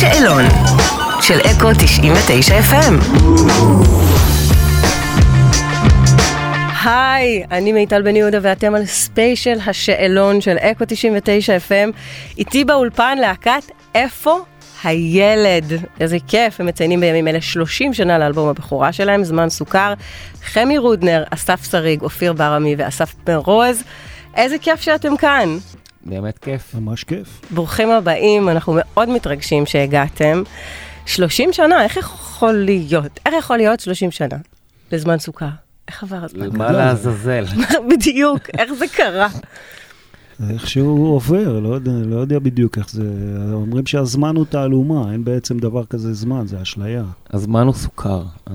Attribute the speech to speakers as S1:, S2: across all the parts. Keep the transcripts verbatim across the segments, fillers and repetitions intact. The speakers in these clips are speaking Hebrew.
S1: השאלון של אקו תשעים ותשע אף אם. היי, אני מיטל בן יהודה ואתם על ספיישל השאלון של אקו תשעים ותשע אף אם. איתי באולפן להקת איפה הילד. איזה כיף, הם מציינים בימים אלה שלושים שנה לאלבום הבכורה שלהם, זמן סוכר. חמי רודנר, אסף שריג, אופיר ברמי ואסף מרוז. איזה כיף שאתם כאן.
S2: באמת כיף.
S3: ממש כיף.
S1: ברוכים הבאים, אנחנו מאוד מתרגשים שהגעתם. שלושים שנה, איך יכול להיות? איך יכול להיות שלושים שנה? לזמן סוכר. איך עבר הזמן?
S2: מה לעזאזל?
S1: בדיוק, איך זה קרה?
S3: איך שהוא עובר, לא יודע, לא יודע בדיוק איך זה. אומרים שהזמן הוא תעלומה, אין בעצם דבר כזה זמן, זה אשליה.
S2: הזמן הוא סוכר, אה?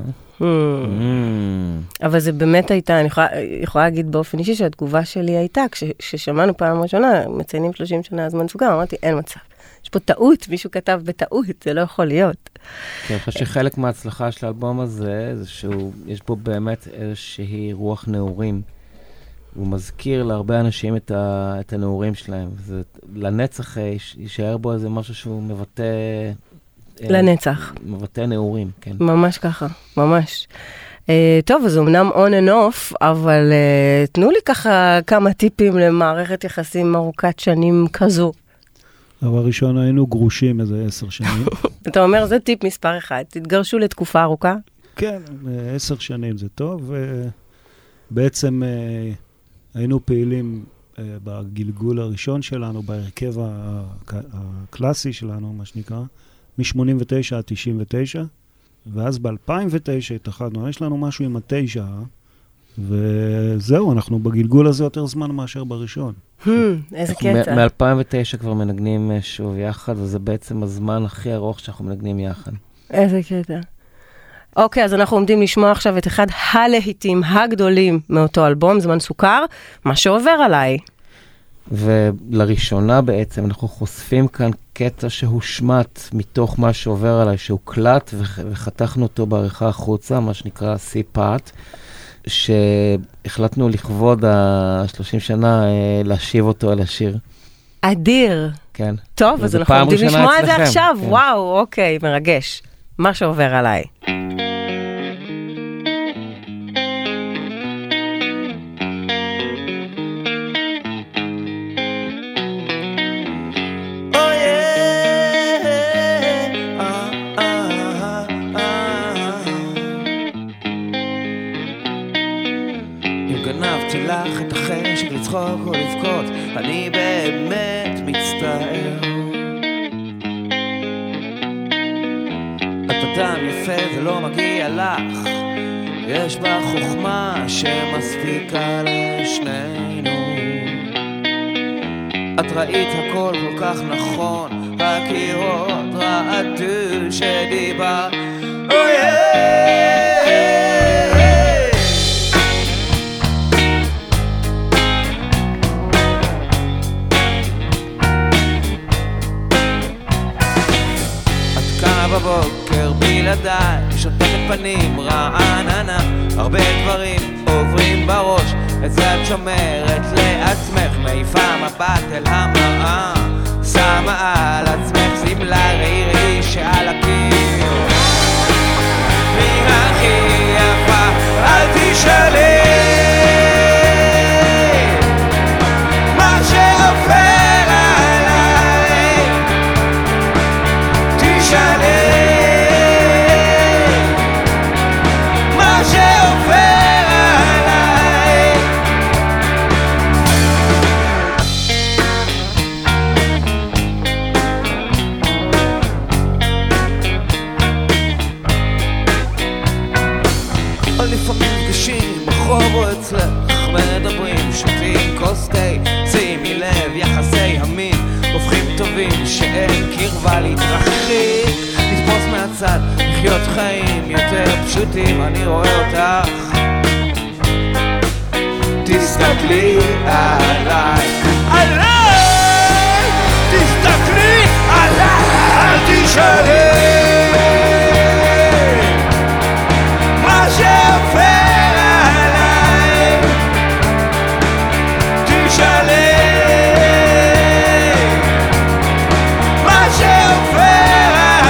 S1: אבל זה באמת הייתה, אני יכולה להגיד באופן אישי שהתגובה שלי הייתה, כששמענו פעם ראשונה, מציינים שלושים שנה הזמן סוכר, אמרתי, אין מצב. יש פה טעות, מישהו כתב בטעות, זה לא יכול להיות.
S2: כן, אני חושב שחלק מההצלחה של האלבום הזה, זה שיש בו באמת איזושהי רוח נעורים. הוא מזכיר להרבה אנשים את, ה, את הנעורים שלהם. זה, לנצח יישאר בו איזה משהו שהוא מבטא...
S1: לנצח.
S2: מבטא נעורים, כן.
S1: ממש ככה, ממש. Uh, טוב, אז אמנם on and off, אבל uh, תנו לי ככה כמה טיפים למערכת יחסים ארוכת שנים כזו.
S3: אבל ראשון היינו גרושים איזה עשר שנים.
S1: אתה אומר, זה טיפ מספר אחד, תתגרשו לתקופה ארוכה?
S3: כן, עשר שנים זה טוב, ובעצם uh, היינו פעילים uh, בגלגול הראשון שלנו, בהרכב הקלאסי שלנו, מה שנקרא, מ-שמונים ותשע עד תשעים ותשע, ואז ב-אלפיים ותשע התאחדנו, יש לנו משהו עם התשע, וזהו, אנחנו בגלגול הזה יותר זמן מאשר בראשון.
S1: איזה קטע.
S2: מ-אלפיים ותשע כבר מנגנים שוב יחד, וזה בעצם הזמן הכי ארוך שאנחנו מנגנים יחד.
S1: איזה קטע. אוקיי, אז אנחנו עומדים לשמוע עכשיו את אחד הלהיטים הגדולים מאותו אלבום, זמן סוכר, מה שעובר עליי.
S2: ולראשונה בעצם אנחנו חושפים כאן קטע שהושמט מתוך מה שעובר עליי, שהוקלט וחתכנו אותו בעריכה החוצה, מה שנקרא סי-פאט, שהחלטנו לכבוד ה-שלושים שנה להשיב אותו על השיר.
S1: אדיר.
S2: כן.
S1: טוב, אז אנחנו עומדים לשמוע את זה עכשיו.
S2: כן.
S1: וואו, אוקיי, מרגש. מה שעובר עליי.
S4: לך את החשק לצחוק או לבכות, אני באמת מצטער. את אדם יפה ולא מגיע לך, יש בה חוכמה שמספיקה לשנינו. את ראית הכל כל כך נכון, הקירות רעדו שדיבר אוי בבוקר בלעדיי, שוטפת פנים רעננה, הרבה דברים עוברים בראש, את זה את שומרת לעצמך, מעיפה מבט אל המראה, שמה על עצמך סמלה ראי שעל הקיר. מי הכי יפה, אל תשאלי מה שעובר עליי, תשאלי מדברים, שותים כוס תה, שימי לב, יחסי המין הופכים טובים שאין קרבה להתרחק, לתפוס מהצד, לחיות חיים יותר פשוטים, אני רואה אותך, תסתכלי עליי, עליי, תסתכלי עליי, אל תשאלי מה שעובר מה שעובר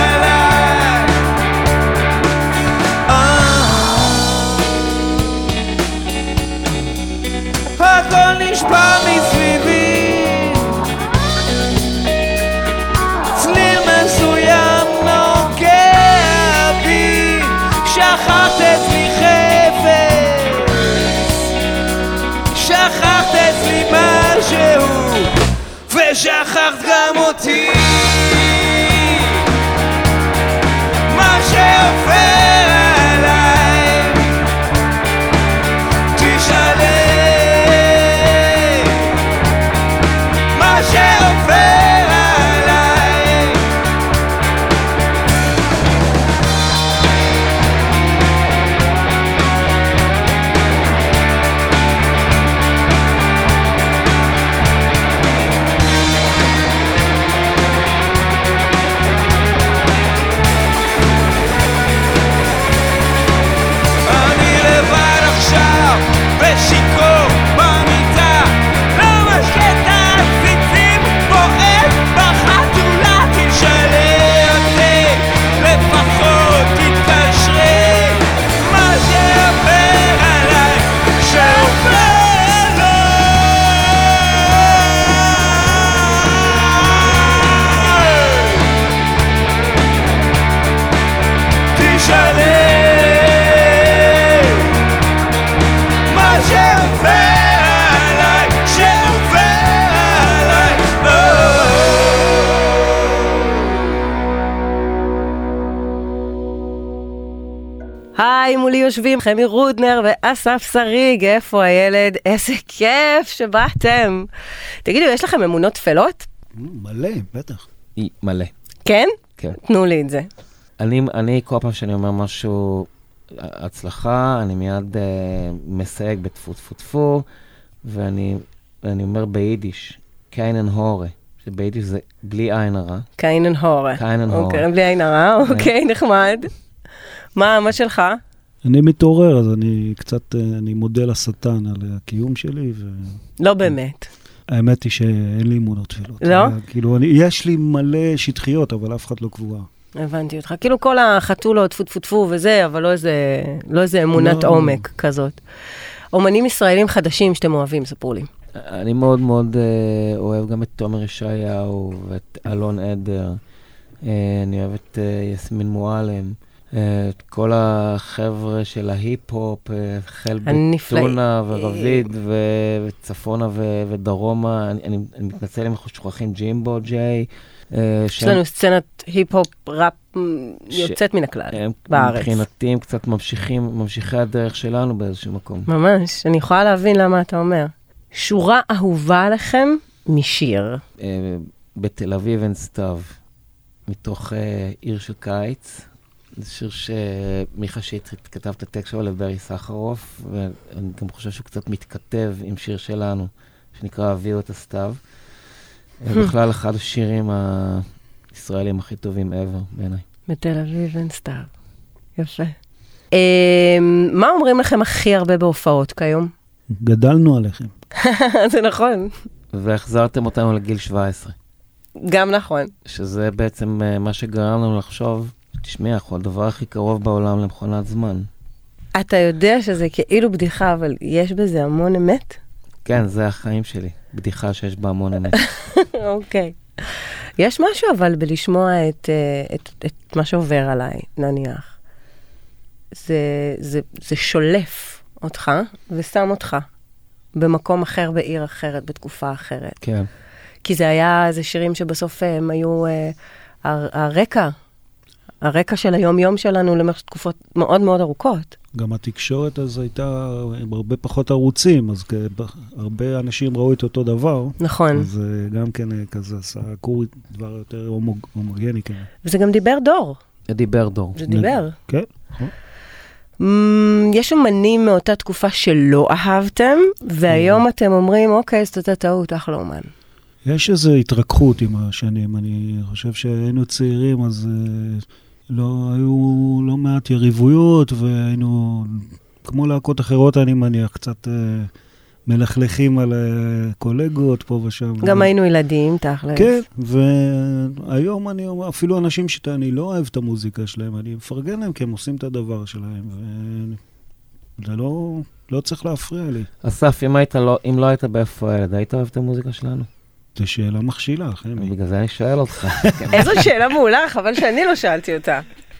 S4: ושכחת גם אותי, מה שעובר עליי, תשאלי מה שעובר עליי. אני לבד עכשיו ושיכור במיטה, לא משקה את העציצים, בועט בחתולה. תשאלי אותי, לפחות תתקשרי, מה שעובר עליי, שעובר עליי. תשאלי מה שעובר עליי, שעובר עליי.
S1: היי, מולי יושבים חמי רודנר ואסף שריג, איפה הילד? איזה כיף שבאתם. תגידו, יש לכם אמונות תפלות?
S3: מלא, בטח.
S2: היא מלא.
S1: כן?
S2: כן.
S1: תנו לי את זה.
S2: אני, אני כל פעם שאני אומר משהו, הצלחה, אני מיד uh, מסייג בטפו טפו טפו, ואני, ואני אומר ביידיש, קיינן הורה, שביידיש זה בלי עין הרע.
S1: קיינן הורה.
S2: קיינן הורה.
S1: אוקיי, בלי עין הרע, אוקיי, נחמד. מה, מה שלך?
S3: אני מתעורר, אז אני קצת, אה, אני מודה לשטן על הקיום שלי,
S1: לא באמת.
S3: והאמת היא שאין לי אמונות תפילות.
S1: לא?
S3: היה, כאילו, אני, יש לי מלא שטחיות, אבל אף אחד לא קבועה.
S1: הבנתי אותך. כאילו כל החתולות, טפו טפו טפו וזה, אבל לא איזה, לא איזה אמונת
S3: לא.
S1: עומק כזאת. אומנים ישראלים חדשים שאתם אוהבים, ספרו לי.
S2: אני מאוד מאוד uh, אוהב גם את תומר ישעיהו ואת אלון עדר. Uh, אני אוהב את uh, יסמין מועלם. Uh, את כל החבר'ה של ההיפ-הופ, uh, חל
S1: הנפלא.
S2: בטונה ורביד ו- וצפונה ו- ודרומה. אני, אני, אני מתנצל אם אנחנו שוכחים ג'ימבו ג'יי. Uh,
S1: יש לנו סצנת היפ-הופ ראפ יוצאת מן הכלל
S2: הם
S1: בארץ.
S2: מבחינתי הם קצת ממשיכים, ממשיכי הדרך שלנו באיזשהו מקום.
S1: ממש, אני יכולה להבין למה אתה אומר. שורה אהובה עליכם משיר.
S2: Uh, בתל אביב אין סתיו, מתוך uh, עיר של קיץ. זה שיר שמיכה שטרית כתב את הטקסט שלו לברי סחרוף, ואני גם חושב שהוא קצת מתכתב עם שיר שלנו, שנקרא הביאו את הסתיו. בכלל אחד השירים הישראלים הכי טובים ever בעיניי.
S1: בתל אביב אין סתיו. יפה. מה אומרים לכם הכי הרבה בהופעות כיום?
S3: גדלנו עליכם.
S1: זה נכון.
S2: והחזרתם אותנו לגיל שבע עשרה.
S1: גם נכון.
S2: שזה בעצם uh, מה שגרם לנו לחשוב, תשמע, אנחנו הדבר הכי קרוב בעולם למכונת זמן.
S1: אתה יודע שזה כאילו בדיחה, אבל יש בזה המון אמת?
S2: כן, זה החיים שלי. בדיחה שיש בה המון אמת.
S1: אוקיי. יש משהו אבל בלשמוע את, את, את מה שעובר עליי, נניח. זה, זה, זה שולף אותך ושם אותך במקום אחר, בעיר אחרת, בתקופה אחרת.
S2: כן.
S1: כי זה היה, זה שירים שבסוף הם היו uh, הרקע, הרקע של היום-יום שלנו למשך תקופות מאוד מאוד ארוכות.
S3: גם התקשורת אז הייתה הרבה פחות ערוצים, אז הרבה אנשים ראו את אותו דבר.
S1: נכון.
S3: אז גם כן כזה עשה קור דבר יותר הומוג, הומוגני. כן.
S1: וזה גם דיבר דור.
S2: זה דיבר דור.
S1: זה דיבר.
S3: כן.
S1: Mm, יש אומנים מאותה תקופה שלא אהבתם, והיום אתם אומרים, אוקיי, זאת אותה טעות, אחלה אומן.
S3: יש איזו התרככות עם השנים. אני חושב שהיינו צעירים, אז uh, לא, היו לא מעט יריבויות, והיינו, כמו להקות אחרות, אני מניח, קצת uh, מלכלכים על uh, קולגות פה ושם.
S1: גם ו... היינו ילדים, תכלס.
S3: כן, והיום אני אומר, אפילו אנשים שאני לא אוהב את המוזיקה שלהם, אני מפרגן להם כי הם עושים את הדבר שלהם, וזה לא, לא צריך להפריע לי.
S2: אסף, אם, היית לא, אם לא היית באיפה הילד, היית אוהב את המוזיקה שלנו?
S3: זו שאלה מכשילה, חמי.
S2: בגלל זה אני שואל אותך.
S1: איזו שאלה מעולה, חבל שאני לא שאלתי אותה.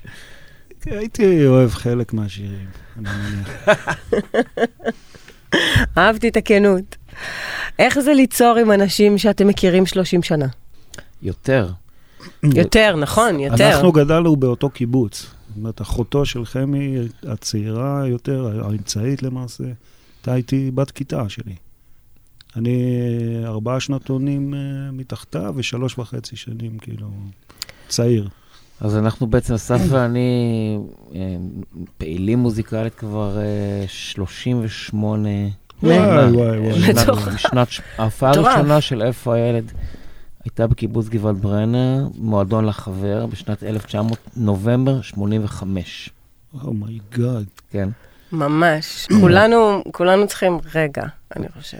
S3: הייתי אוהב חלק מהשירים, אני מניח.
S1: אהבתי את הכנות. איך זה ליצור עם אנשים שאתם מכירים שלושים שנה?
S2: יותר.
S1: יותר, נכון, יותר.
S3: אנחנו גדלנו באותו קיבוץ. זאת אומרת, אחותו של חמי, הצעירה יותר, האמצעית למעשה, הייתה איתי בת כיתה שלי. אני ארבעה שנתונים מתחתה ושלוש וחצי שנים, כאילו, צעיר.
S2: אז אנחנו בעצם, אסף ואני פעילים מוזיקלית כבר שלושים ושמונה.
S3: וואי, וואי, וואי.
S2: בשנת, ההופעה הראשונה של איפה הילד הייתה בקיבוץ גבעת ברנר, מועדון לחבר, בשנת אלף תשע מאות, נובמבר שמונים וחמש.
S3: אומייגאד.
S2: כן.
S1: ממש. כולנו, כולנו צריכים רגע, אני חושב.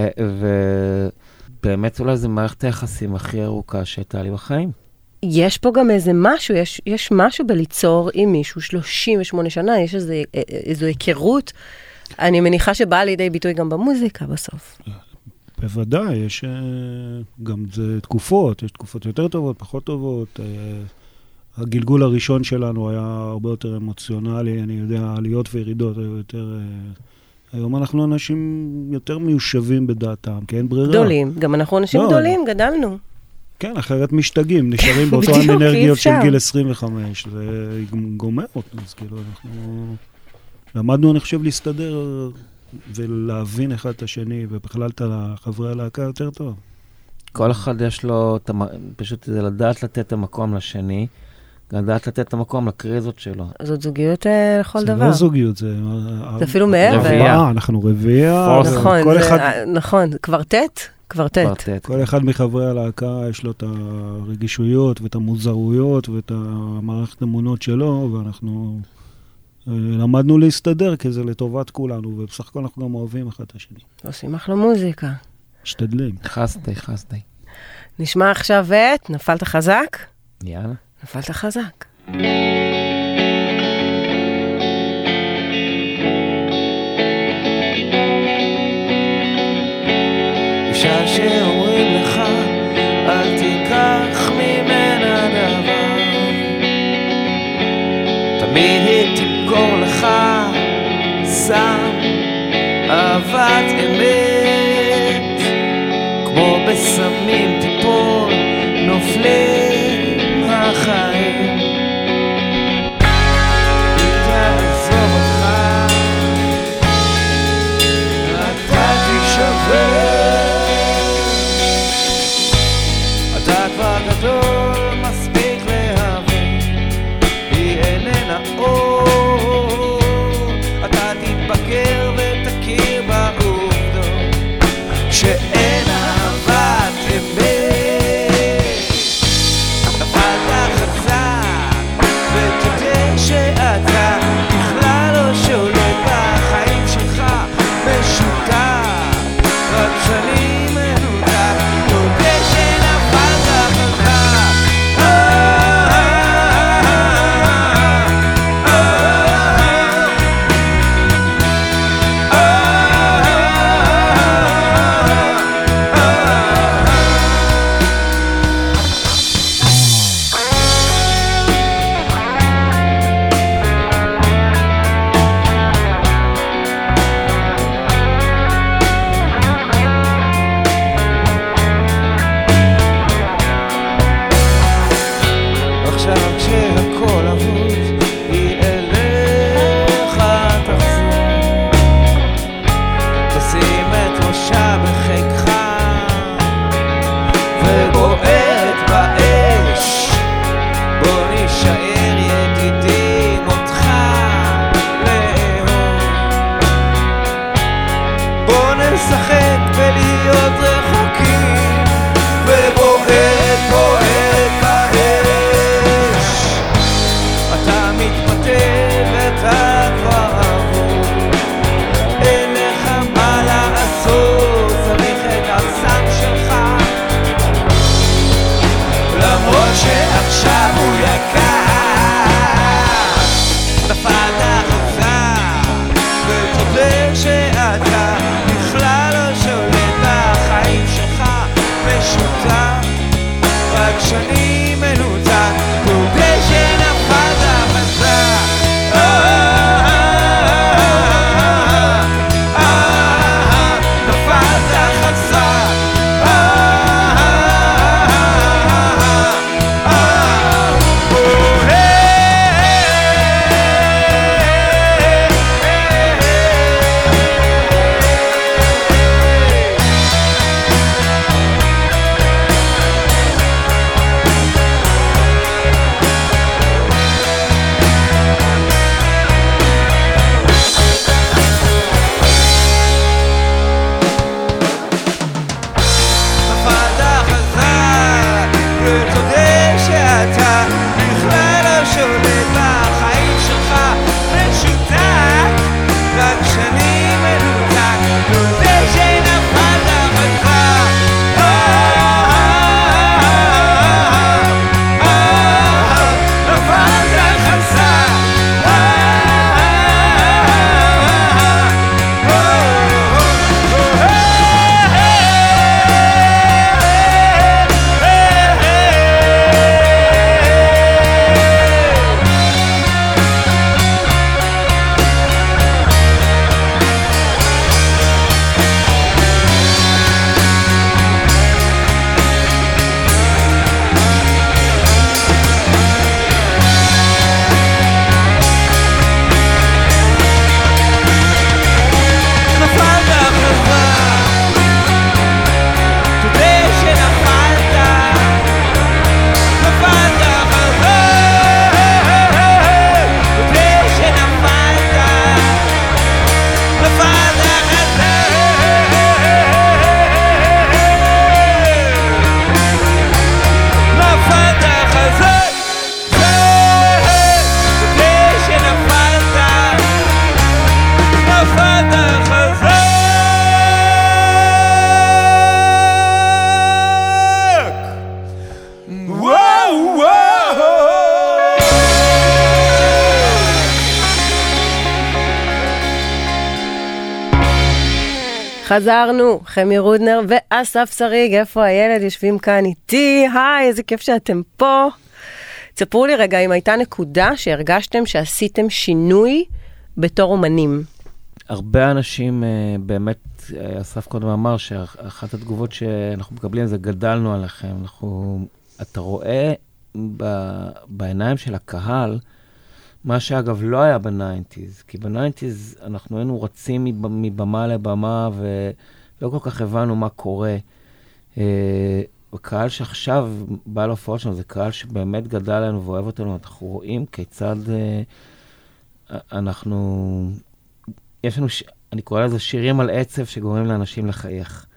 S2: ובאמת אולי זה מערכת היחסים הכי ארוכה שהייתה לי בחיים.
S1: יש פה גם איזה משהו, יש, יש משהו בליצור עם מישהו שלושים ושמונה שנה, יש איזה, איזו היכרות, אני מניחה שבאה לידי ביטוי גם במוזיקה בסוף.
S3: בוודאי, יש גם זה תקופות, יש תקופות יותר טובות, פחות טובות. הגלגול הראשון שלנו היה הרבה יותר אמוציונלי, אני יודע, עליות וירידות, יותר... היום אנחנו אנשים יותר מיושבים בדעתם, כי אין ברירה.
S1: גדולים, גם אנחנו אנשים
S3: לא,
S1: גדולים, גדלנו.
S3: כן, אחרת משתגעים, נשארים באותו אנרגיות של גיל עשרים וחמש, זה גומר אותנו, אז כאילו אנחנו... למדנו, אני חושב, להסתדר ולהבין אחד את השני, ובכלל את חברי הלהקה יותר טוב.
S2: כל אחד יש לו, פשוט זה לדעת לתת את המקום לשני, לדעת לתת את המקום לקריזות שלו.
S1: זאת זוגיות לכל דבר.
S3: זה לא זוגיות, זה...
S1: זה אפילו מעבר.
S3: רביעה, אנחנו רביעה.
S1: נכון, נכון, קוורטט? קוורטט.
S3: כל אחד מחברי הלהקה יש לו את הרגישויות ואת המוזרויות ואת המערכת אמונות שלו, ואנחנו למדנו להסתדר, כי זה לטובת כולנו, ובסך הכל אנחנו גם אוהבים אחד את השני.
S1: עושים אחלה מוזיקה.
S3: משתדלים.
S2: חסדי, חסדי.
S1: נשמע עכשיו את נפלת חזק?
S2: יאללה.
S1: נפלת חזק.
S4: אישה שאומרים לך, אל תיקח ממנה דבר, תמיד היא תמכור לך סם אהבת אמת, כמו בסמים תיפול נופלים החיים, היא תעזוב אותך, אתה תשווה, אתה כבר גדול מספיק להבין, היא איננה אור, אתה תתבגר ותכיר בעובדות שאין אהבת אמת, נפלת חזק ותדע שאתה בכלל לא שולט בחיים שלך, משותף רק שנים מנותק, תודה שנפלת חזק, ותודה שאתה בכלל לא שולט בחיים שלך משותק, רק שאני מנותק, תודה שנפלת חדך. נפלת חדך.
S1: חזרנו, חמי רודנר ואסף שריג, איפה הילד? יושבים כאן איתי, היי, איזה כיף שאתם פה. תספרו לי רגע, אם הייתה נקודה שהרגשתם שעשיתם שינוי בתור אומנים.
S2: הרבה אנשים, באמת, אסף קודם אמר שאחת התגובות שאנחנו מקבלים זה גדלנו עליכם. אנחנו, אתה רואה ב, בעיניים של הקהל, מה שאגב לא היה בניינטיז, כי בניינטיז אנחנו היינו רצים מבמה לבמה ולא כל כך הבנו מה קורה. הקהל שעכשיו בא להופעות שלנו, זה קהל שבאמת גדל עלינו ואוהב אותנו, אנחנו רואים כיצד אנחנו, יש לנו, אני קורא לזה שירים על עצב שגורמים לאנשים לחייך.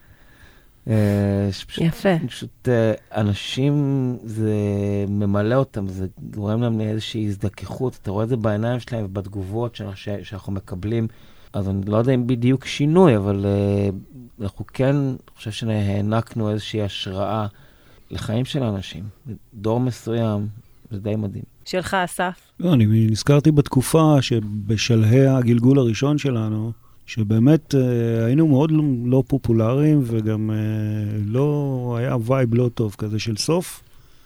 S1: יפה.
S2: פשוט אנשים, זה ממלא אותם, זה גורם להם לאיזושהי הזדככות, אתה רואה את זה בעיניים שלהם ובתגובות שאנחנו מקבלים, אז אני לא יודע אם בדיוק שינוי, אבל אנחנו כן, אני חושב שהענקנו איזושהי השראה לחיים של האנשים, דור מסוים, זה די מדהים.
S1: שלך, אסף?
S3: לא, אני נזכרתי בתקופה שבשלהי הגלגול הראשון שלנו, שבאמת אה, היינו מאוד לא, לא פופולריים, וגם אה, לא היה וייב לא טוב כזה של סוף,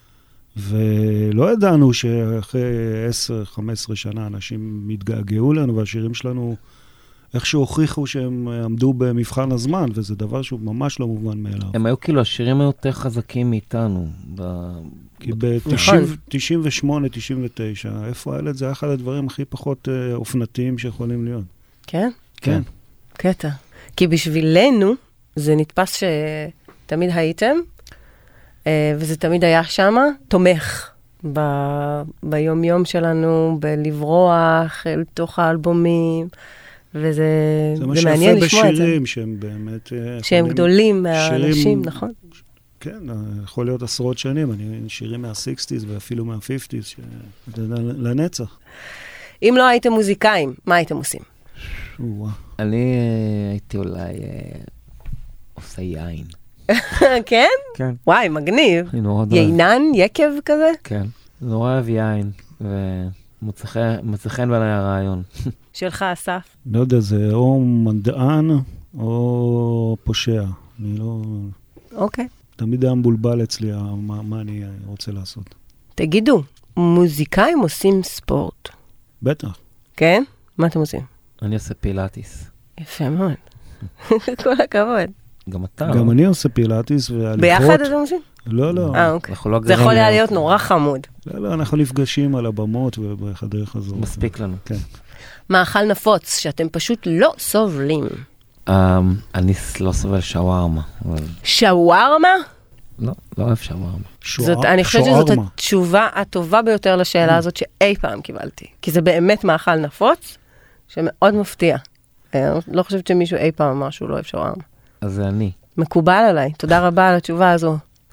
S3: ולא ידענו שאחרי עשר חמש עשרה שנה אנשים מתגעגעו לנו, והשירים שלנו איכשהו הוכיחו שהם עמדו במבחן הזמן, וזה דבר שהוא ממש לא מובן מאליו.
S2: הם היו כאילו, השירים היו יותר חזקים מאיתנו. ב...
S3: כי ב-תשעים ושמונה תשעים ותשע, איפה הילד? זה היה אחד הדברים הכי פחות אה, אופנתיים שיכולים להיות.
S1: כן?
S3: כן.
S1: קטע. כי בשבילנו זה נתפס שתמיד הייתם, וזה תמיד היה שמה, תומך ב- ביום-יום שלנו, בלברוח אל תוך האלבומים, וזה זה זה מעניין לשמוע את זה.
S3: זה מה שיפה בשירים שהם באמת...
S1: שהם גדולים מהאנשים, נכון?
S3: כן, יכול להיות עשרות שנים, אני שירים מה-שישים ואפילו מה-חמישים, לנצח.
S1: אם לא הייתם מוזיקאים, מה הייתם עושים?
S2: אני הייתי אולי עושה יין.
S1: כן?
S2: כן.
S1: וואי, מגניב. יינן, יקב כזה?
S2: כן. נורא אוהב יין, ומוצא חן בעיניי הרעיון.
S1: שלך, אסף?
S3: לא יודע, זה או מדען או פושע. אני לא...
S1: אוקיי.
S3: תמיד היה מבולבל אצלי מה אני רוצה לעשות.
S1: תגידו, מוזיקאים עושים ספורט?
S3: בטח.
S1: כן? מה אתם עושים?
S2: אני עושה פילאטיס.
S1: יפה מאוד. כל הכבוד.
S2: גם אתה.
S3: גם אני עושה פילאטיס והליכות.
S1: ביחד אתם עושים?
S3: לא, לא.
S1: אה, אוקיי. זה יכול להיות נורא חמוד.
S3: לא, לא, אנחנו נפגשים על הבמות ובחדרי חזור.
S2: מספיק לנו.
S3: כן.
S1: מאכל נפוץ שאתם פשוט לא סובלים.
S2: אני לא סובל שווארמה.
S1: שווארמה?
S2: לא, לא אוהב שווארמה.
S1: אני חושבת שזאת התשובה הטובה ביותר לשאלה הזאת שאי פעם קיבלתי. כי זה באמת מאכל נפוץ שמאוד מפתיע. אני לא חושבת שמישהו אי פעם אמר שהוא לא אוהב שווארמה.
S2: אז זה אני.
S1: מקובל עליי. תודה רבה על התשובה הזו.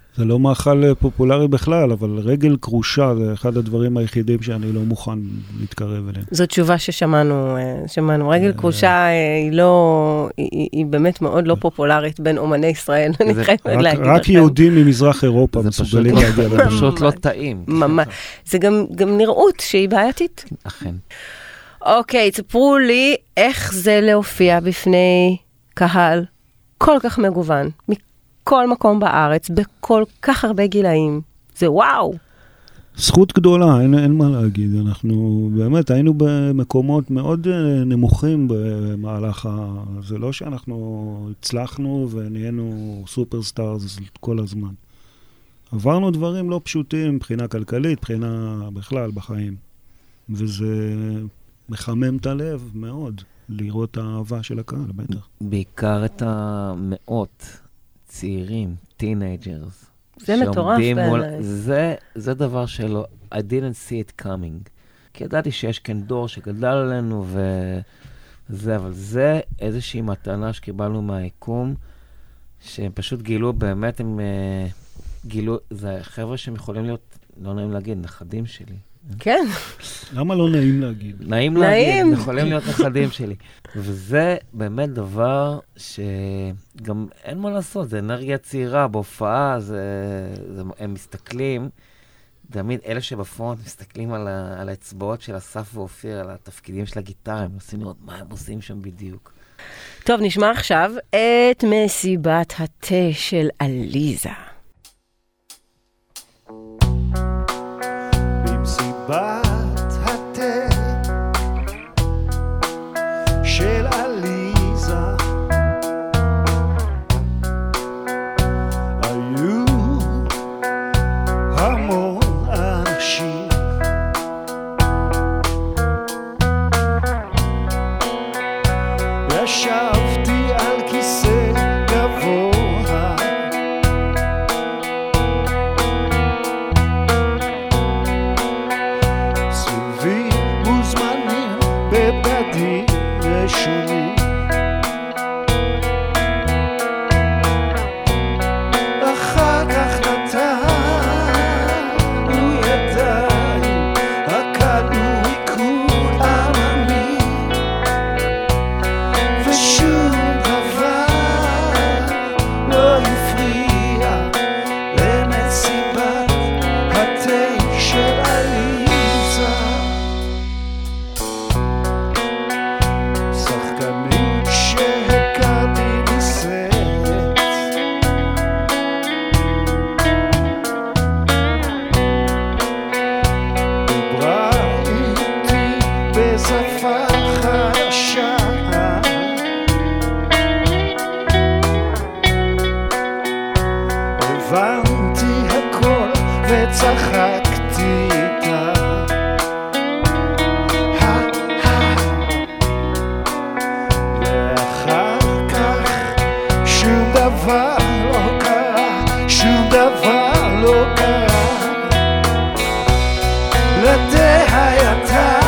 S3: זה לא מאכל פופולרי בכלל, אבל רגל קרושה זה אחד הדברים היחידים שאני לא מוכן להתקרב אליהם.
S1: זו תשובה ששמענו, שמענו. רגל קרושה היא לא, היא, היא באמת מאוד לא פופולרית בין אומני ישראל, אני חייבת להגיד לכם.
S3: רק יהודים ממזרח אירופה מסוגלים להגיע לזה.
S2: זה פשוט לא טעים.
S1: ממש. זה גם, גם נראות שהיא בעייתית.
S2: אכן.
S1: אוקיי, תספרו לי איך זה להופיע בפני קהל כל כך מגוון, מכל מקום בארץ, בכל כך הרבה גילאים. זה וואו.
S3: זכות גדולה, אין, אין מה להגיד. אנחנו באמת היינו במקומות מאוד נמוכים במהלך ה... זה לא שאנחנו הצלחנו ונהיינו סופרסטארס כל הזמן. עברנו דברים לא פשוטים, מבחינה כלכלית, מבחינה בכלל בחיים. וזה מחמם את הלב מאוד, לראות האהבה של הקהל, בטח.
S2: בעיקר את המאות צעירים, טינאג'רס.
S1: זה מטורף בעיניי.
S2: זה, זה דבר שלא, I didn't see it coming. כי ידעתי שיש כאן דור שגדל עלינו וזה, אבל זה איזושהי מתנה שקיבלנו מהיקום, שהם פשוט גילו, באמת הם גילו, זה חבר'ה שהם יכולים להיות, לא נעים להגיד, נכדים שלי.
S1: כן.
S3: למה לא נעים להגיד?
S2: נעים להגיד, יכולים להיות נכדים שלי. וזה באמת דבר שגם אין מה לעשות, זה אנרגיה צעירה, בהופעה, זה, זה, הם מסתכלים, תמיד אלה שבפרונט מסתכלים על, ה, על האצבעות של אסף ואופיר, על התפקידים של הגיטרה, הם עושים לראות מה הם עושים שם בדיוק.
S1: טוב, נשמע עכשיו את מסיבת התה של עליזה.
S5: בת התה של עליזה היו המון אנשים ישבתי על כיסא גבוה בבגדים ראשונים אחר כך נתנו ידיים הקלנו עיכול עממי ושום דבר לא הפריע למסיבת התה של עליזה הבנתי הכל וצחקתי איתה ואחר כך שום דבר לא קרה, שום דבר לא קרה לתה הייתה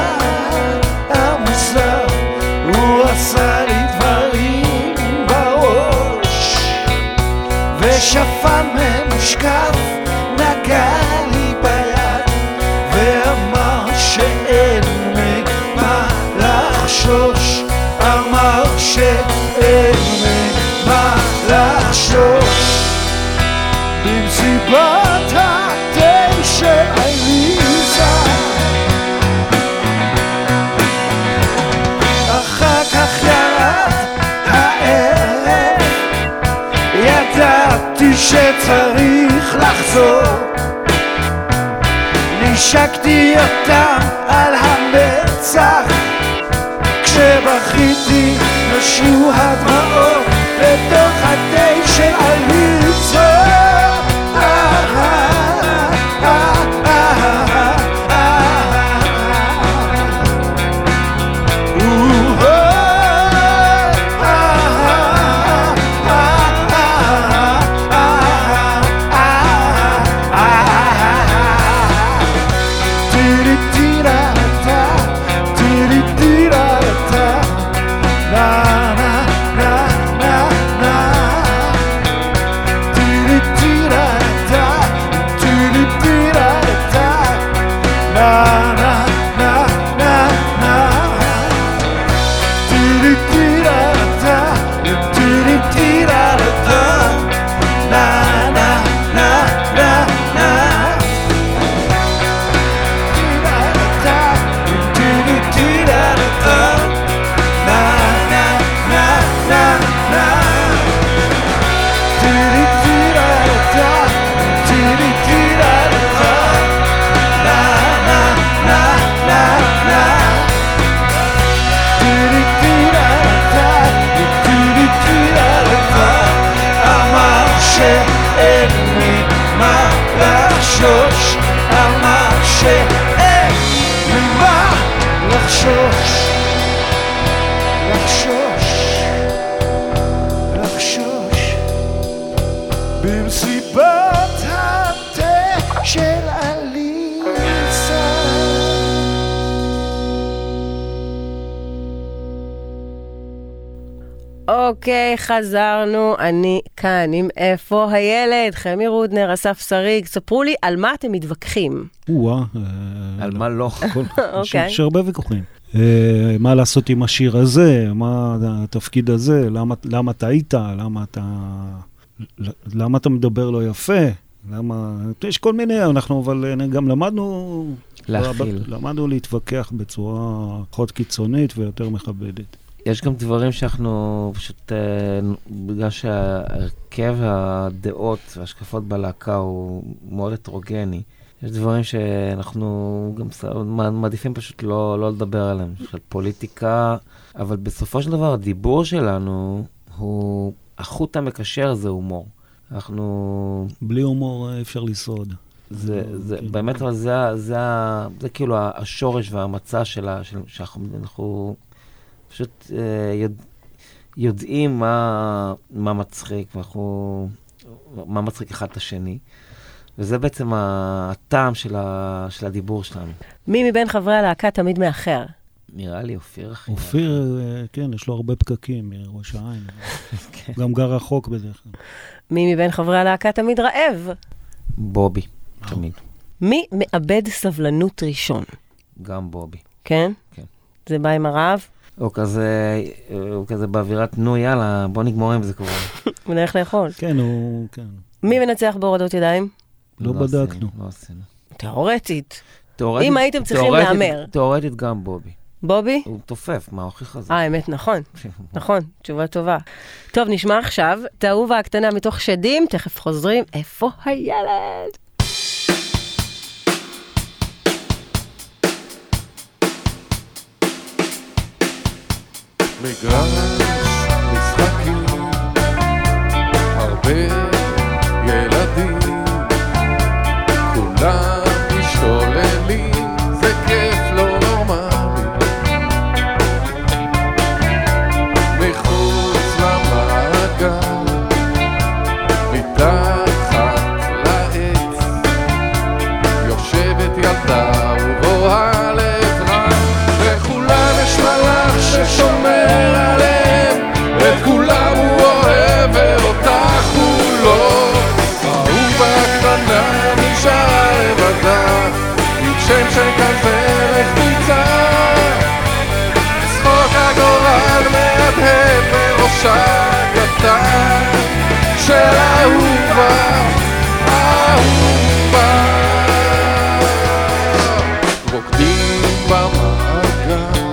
S5: המוסר הוא עשה לי דברים בראש ושפן ממושקף נגע לי ביד ואמר שאין ממה לחשוש אמר שאין ממה לחשוש במסיבת התה של עליזה אחר כך ירד הערב ידעתי שצריך לחזור נשקתי אותם על המצח כשבכיתי נשו הדמעות בתוך התה של עליזה
S1: אוקיי, חזרנו, אני כאן עם איפה הילד, חמי רודנר, אסף שריג, ספרו לי על מה אתם מתווכחים.
S3: וואה.
S2: על מה לא.
S1: אוקיי.
S3: יש הרבה ויכוחים. מה לעשות עם השיר הזה, מה התפקיד הזה, למה טעית, למה אתה... למה אתה מדבר לא יפה? למה... יש כל מיני, אנחנו אבל גם למדנו...
S2: להכיל.
S3: למדנו להתווכח בצורה פחות קיצונית ויותר מכבדת.
S2: יש גם דברים שאנחנו פשוט, בגלל שהרכב הדעות והשקפות בלהקה הוא מאוד הטרוגני, יש דברים שאנחנו גם מעדיפים פשוט לא, לא לדבר עליהם, של פוליטיקה, אבל בסופו של דבר הדיבור שלנו הוא, החוט המקשר זה הומור. אנחנו...
S3: בלי הומור אפשר לשרוד.
S2: זה, זה, באמת, אבל זה, זה, זה כאילו השורש והמצע שלה, שאנחנו פשוט יודע, יודעים מה, מה מצחיק, ואנחנו, מה מצחיק אחד את השני. וזה בעצם הטעם של, ה, של הדיבור שלנו.
S1: מי מבין חברי הלהקה תמיד מאחר?
S2: נראה לי אופיר אחי.
S3: אופיר, כן, יש לו הרבה פקקים מראש העין. גם גר רחוק בדרך כלל.
S1: מי מבין חברי הלהקה תמיד רעב?
S2: בובי, תמיד.
S1: מי מאבד סבלנות ראשון?
S2: גם בובי.
S1: כן?
S2: כן.
S1: זה בא עם הרעב?
S2: הוא כזה, הוא כזה באווירת, נו יאללה, בוא נגמור עם זה כבר.
S1: הוא נלך לאכול.
S3: כן, הוא, כן.
S1: מי מנצח בהורדות ידיים?
S3: לא בדקנו.
S2: לא עשינו.
S1: תיאורטית. אם הייתם צריכים לאמר.
S2: תיאורטית גם בובי.
S1: בובי?
S2: הוא תופף, מה הוכיח הזה?
S1: אה, האמת, נכון. נכון, תשובה טובה. טוב, נשמע עכשיו את האהובה הקטנה מתוך שדים, תכף חוזרים, איפה הילד?
S6: מגרש משחקים, הרבה ילדים, כולם משתוללים, זה כיף לא נורמלי. מחוץ למעגל, מתחת לעץ, יושבת ילדה ובואה לעברה, וכולם יש מלאך ששומר עליהם, את כולם הוא אוהב ואותך הוא לא. אהובה קטנה נשארה לבדה, עם שם שכזה לחמיצה, צחוק הגורל מהדהד בראשה קטן של אהובה, אהובה. רוקדים במעגל,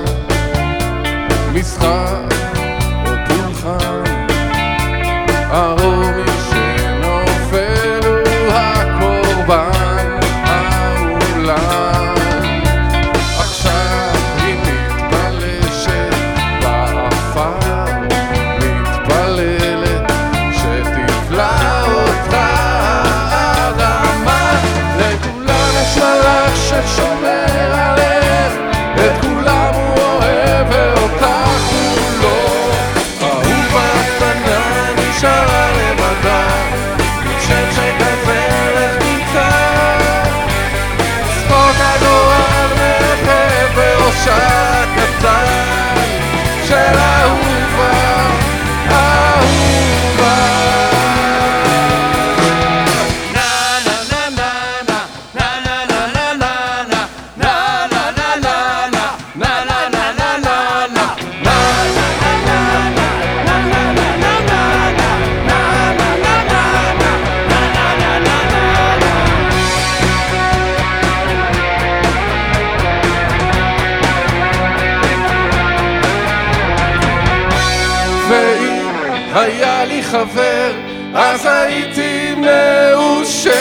S6: משחק או פולחן, הרומי שנופל הוא הקורבן האולן. עכשיו היא מתפלשת באפר, מתפללת שתפלא אותה האדמה. לכולם יש מלאך ששומר עליהם, את כולם הוא אוהב ואותך הוא לא. אהובה קטנה נשארה לבדה, עם שם שכזה לחמיצה, צחוק הגורל מהדהד בראשה קטן של אהובה, אהובה. היה לי חבר, אז הייתי מאושרת.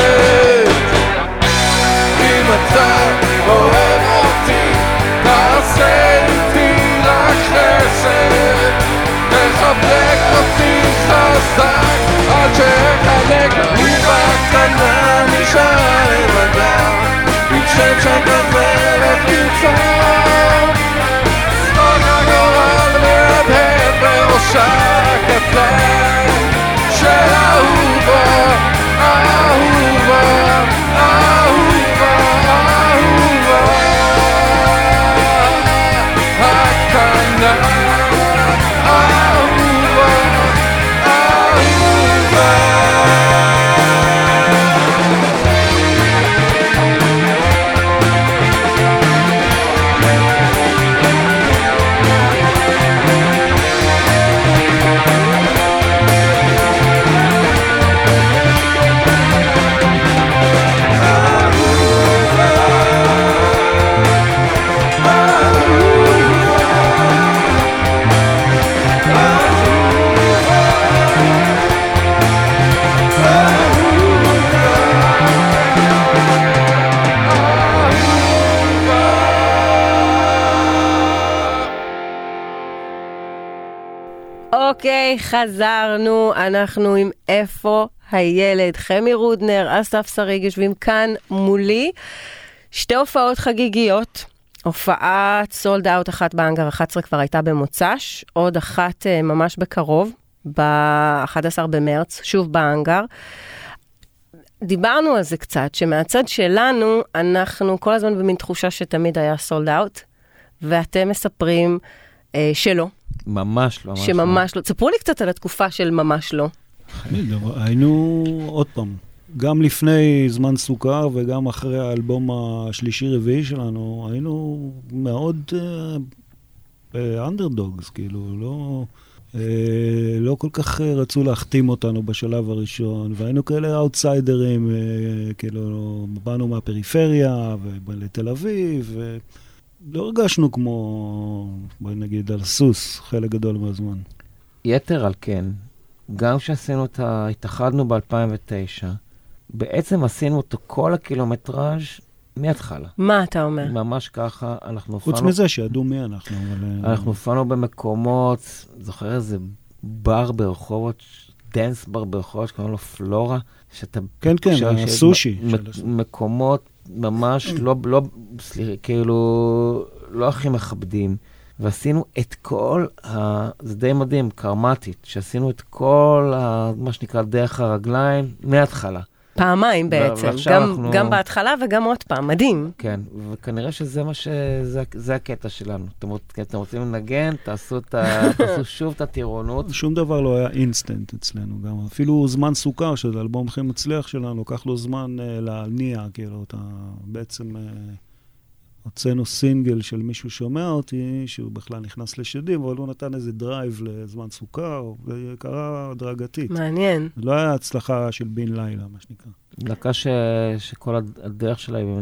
S6: אם אתה אוהב אותי, תעשה איתי רק חסד, תחבק אותי חזק עד שאחלק. אהובה קטנה נשארה לבדה, עם שם שכזה לחמיצה, צחוק הגורל מהדהד בראשה קטן של אהובה, אהובה.
S1: היי, חזרנו, אנחנו עם איפה הילד. חמי רודנר, אסף שריג יושבים כאן מולי. שתי הופעות חגיגיות. הופעת סולד אאוט אחת באנגר אחת עשרה כבר הייתה במוצ"ש, עוד אחת ממש בקרוב, ב-אחד עשר במרץ, שוב באנגר. דיברנו על זה קצת, שמהצד שלנו אנחנו כל הזמן במין תחושה שתמיד היה סולד אאוט, ואתם מספרים אה, שלא.
S2: ממש לא, ממש
S1: שממש לא. תספרו לי קצת על התקופה של ממש לא.
S3: היינו עוד פעם, גם לפני זמן סוכר וגם אחרי האלבום השלישי-רביעי שלנו, היינו מאוד אנדרדוגס, כאילו, לא... לא כל כך רצו להחתים אותנו בשלב הראשון, והיינו כאלה אאוטסיידרים, כאילו, באנו מהפריפריה ולתל אביב, ולא הרגשנו כמו, בואי נגיד, על סוס, חלק גדול מהזמן.
S2: יתר על כן, גם כשעשינו את ה... התאחדנו ב-אלפיים ותשע, בעצם עשינו אותו כל הקילומטראז' מההתחלה.
S1: מה אתה אומר?
S2: ממש ככה, אנחנו
S3: חוץ
S2: הופענו...
S3: מזה שידעו מי אנחנו, אבל...
S2: אנחנו הופענו במקומות, זוכר איזה בר ברחובות, דנס בר ברחובות, שקוראים לו פלורה, שאתה...
S3: כן, כן, הסושי.
S2: מ- מקומות ממש לא, לא, סליחה, כאילו, לא הכי מכבדים. ועשינו את כל, ה... זה די מדהים, קרמטית, שעשינו את כל, ה... מה שנקרא, דרך הרגליים, מההתחלה.
S1: פעמיים בעצם, גם,
S2: אנחנו...
S1: גם בהתחלה וגם עוד פעם, מדהים.
S2: כן, וכנראה שזה מה ש... זה, זה הקטע שלנו. אתם, אתם רוצים לנגן, תעשו, את ה... תעשו שוב את הטירונות.
S3: שום דבר לא היה אינסטנט אצלנו גם. אפילו זמן סוכר, שזה אלבום הכי מצליח שלנו, לוקח לו זמן uh, להניע, כאילו, אתה בעצם... Uh... הוצאנו סינגל של מישהו שומע אותי, שהוא בכלל נכנס לשדים, אבל הוא נתן איזה דרייב לזמן סוכר, וקרה דרגתית.
S1: מעניין.
S3: לא היה הצלחה של בין לילה, מה שנקרא.
S2: דקה ש... שכל הדרך שלה היא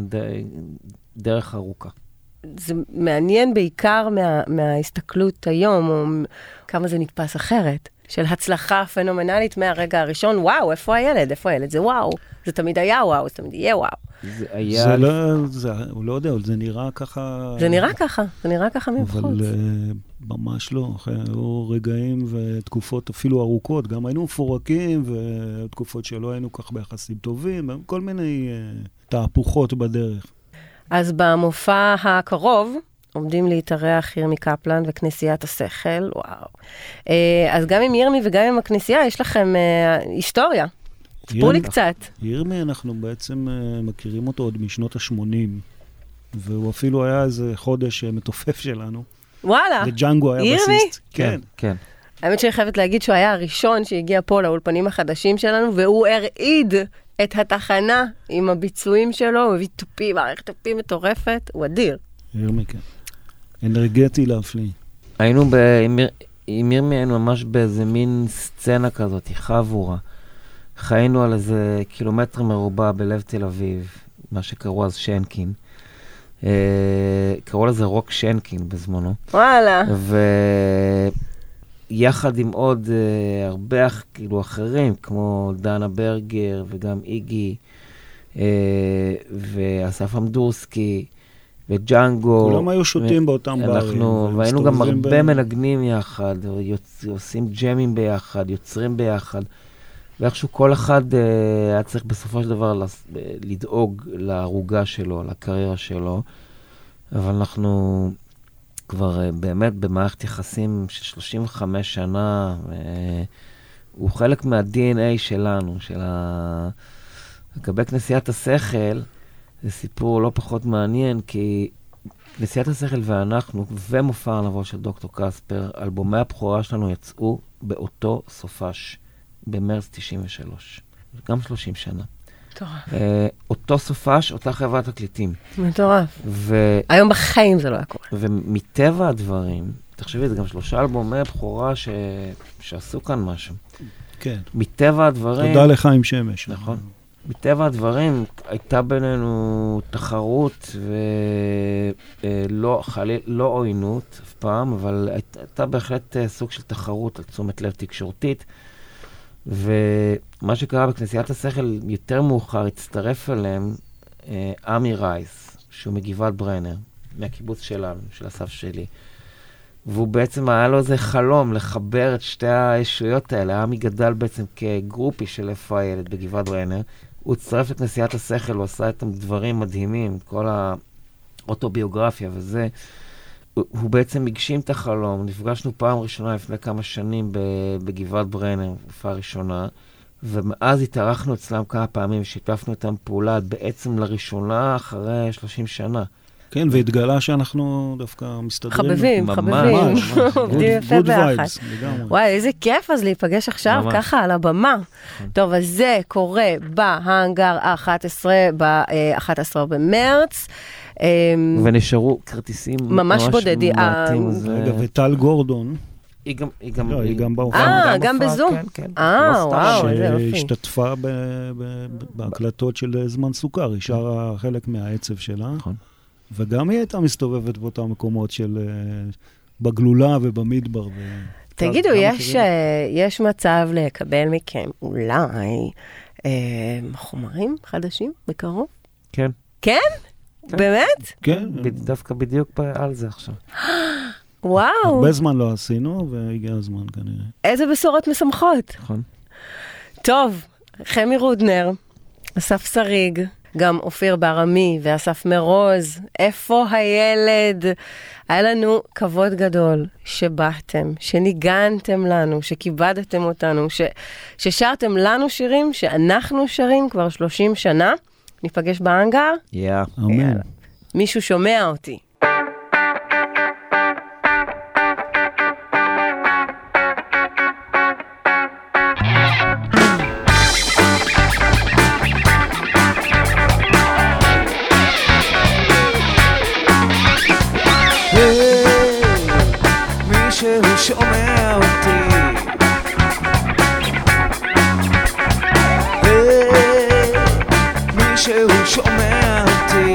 S2: דרך ארוכה.
S1: זה מעניין בעיקר מה... מההסתכלות היום, או כמה זה נתפס אחרת, של הצלחה פנומנלית מהרגע הראשון, וואו, איפה הילד? איפה הילד? זה וואו. זה תמיד היה וואו, זה תמיד יהיה וואו.
S3: זה היה... זה לא, זה, הוא לא יודע, אבל זה נראה ככה...
S1: זה נראה ככה, זה נראה ככה מבחוץ.
S3: אבל uh, ממש לא, היו רגעים ותקופות אפילו ארוכות, גם היינו מפורקים, ותקופות שלא היינו כך ביחסים טובים, כל מיני uh, תהפוכות בדרך.
S1: אז במופע הקרוב, עומדים להתארח ירמי קפלן וכנסיית השכל, וואו. Uh, אז גם עם ירמי וגם עם הכנסייה, יש לכם uh, היסטוריה. תספרו לי קצת.
S3: ירמי, אנחנו בעצם uh, מכירים אותו עוד משנות ה-שמונים, והוא אפילו היה איזה חודש uh, מתופף שלנו.
S1: וואלה.
S3: וג'אנגו היה
S1: ירמי?
S3: בסיסט.
S2: כן, כן.
S1: האמת שאני חייבת להגיד שהוא היה הראשון שהגיע פה לאולפנים החדשים שלנו, והוא הרעיד את התחנה עם הביצועים שלו, הוא הביא טופים, מערכת טופים מטורפת, הוא אדיר.
S3: ירמי, כן. אנרגטי להפליא.
S2: היינו ב... עם ירמי היינו ממש באיזה מין סצנה כזאת, חבורה. חיינו על איזה קילומטר מרובע בלב תל אביב, מה שקראו אז שנקין. אה, קראו לזה רוק שנקין בזמנו.
S1: וואלה.
S2: ויחד עם עוד אה, הרבה כאילו אחרים, כמו דנה ברגר וגם איגי, אה, ואסף אמדורסקי, וג'אנגו.
S3: כולם היו שותים ו... באותם ברים.
S2: והיינו גם הרבה בין... מנגנים יחד, יוצ... עושים ג'מים ביחד, יוצרים ביחד. ואיכשהו כל אחד uh, היה צריך בסופו של דבר לס... לדאוג להרוגה שלו, לקריירה שלו. אבל אנחנו כבר uh, באמת במערכת יחסים של שלושים וחמש שנה, uh, הוא חלק מה-די אן איי שלנו, של ה... לגבי כנסיית השכל, זה סיפור לא פחות מעניין, כי כנסיית השכל ואנחנו, ומופע הארנבות של דוקטור קספר, אלבומי הבכורה שלנו יצאו באותו סופש, במרץ תשעים ושלוש. גם שלושים שנה.
S1: מטורף.
S2: Uh, אותו סופש, אותה חברת תקליטים.
S1: מטורף.
S2: ו...
S1: היום בחיים זה לא היה קורה.
S2: ומטבע הדברים, תחשבי, זה גם שלושה אלבומי הבכורה ש... שעשו כאן משהו.
S3: כן.
S2: מטבע הדברים...
S3: תודה לך עם שמש.
S2: נכון. מטבע הדברים, הייתה בינינו תחרות ולא חליל, לא עוינות אף פעם, אבל הייתה בהחלט סוג של תחרות על תשומת לב תקשורתית. ומה שקרה בכנסיית השכל יותר מאוחר, הצטרף אליהם עמי רייס, שהוא מגבעת ברנר, מהקיבוץ שלנו, של הסף שלי. והוא בעצם היה לו איזה חלום לחבר את שתי הישויות האלה. עמי גדל בעצם כגרופי של איפה הילד בגבעת ברנר. הוא הצטרף לכנסיית השכל, הוא עשה איתם דברים מדהימים, כל האוטוביוגרפיה וזה. הוא, הוא בעצם הגשים את החלום. נפגשנו פעם ראשונה לפני כמה שנים בגבעת ברנר, הופעה ראשונה, ומאז התארחנו אצלם כמה פעמים, שיתפנו איתם פעולה בעצם לראשונה אחרי שלושים שנה.
S3: כן, והתגלה שאנחנו דווקא מסתדרים.
S1: חבבים, חבבים. עובדים יפה ביחד. וואי, איזה כיף אז להיפגש עכשיו ככה על הבמה. טוב, אז זה קורה בהאנגר ה-אחת עשרה, ב-אחד עשר במרץ.
S2: ונשארו כרטיסים ממש בודדים.
S3: רגע, וטל גורדון.
S2: היא גם, היא גם,
S3: היא גם באופן.
S1: אה, גם בזום. אה, וואו, איזה יופי.
S3: שהשתתפה בהקלטות של זמן סוכר, היא שרה חלק מהעצב שלה. נכון. וגם היא הייתה מסתובבת באותם מקומות של בגלולה ובמדבר.
S1: תגידו, יש, יש מצב לקבל מכם אולי אה, חומרים חדשים בקרוב?
S2: כן.
S1: כן? באמת?
S3: כן.
S2: דווקא בדיוק על זה עכשיו.
S1: וואו.
S3: הרבה זמן לא עשינו, והגיע הזמן כנראה.
S1: איזה בשורות משמחות.
S2: נכון.
S1: טוב, חמי רודנר, אסף שריג, גם אופיר ברמי ואסף מרוז, איפה הילד? היה לנו כבוד גדול שבאתם, שניגנתם לנו, שכיבדתם אותנו, ש... ששרתם לנו שירים שאנחנו שרים כבר שלושים שנה. ניפגש באנגר?
S2: יאה.
S3: Yeah. אמן.
S1: מישהו שומע אותי.
S4: שהוא שומע אותי hey, מישהו שומע אותי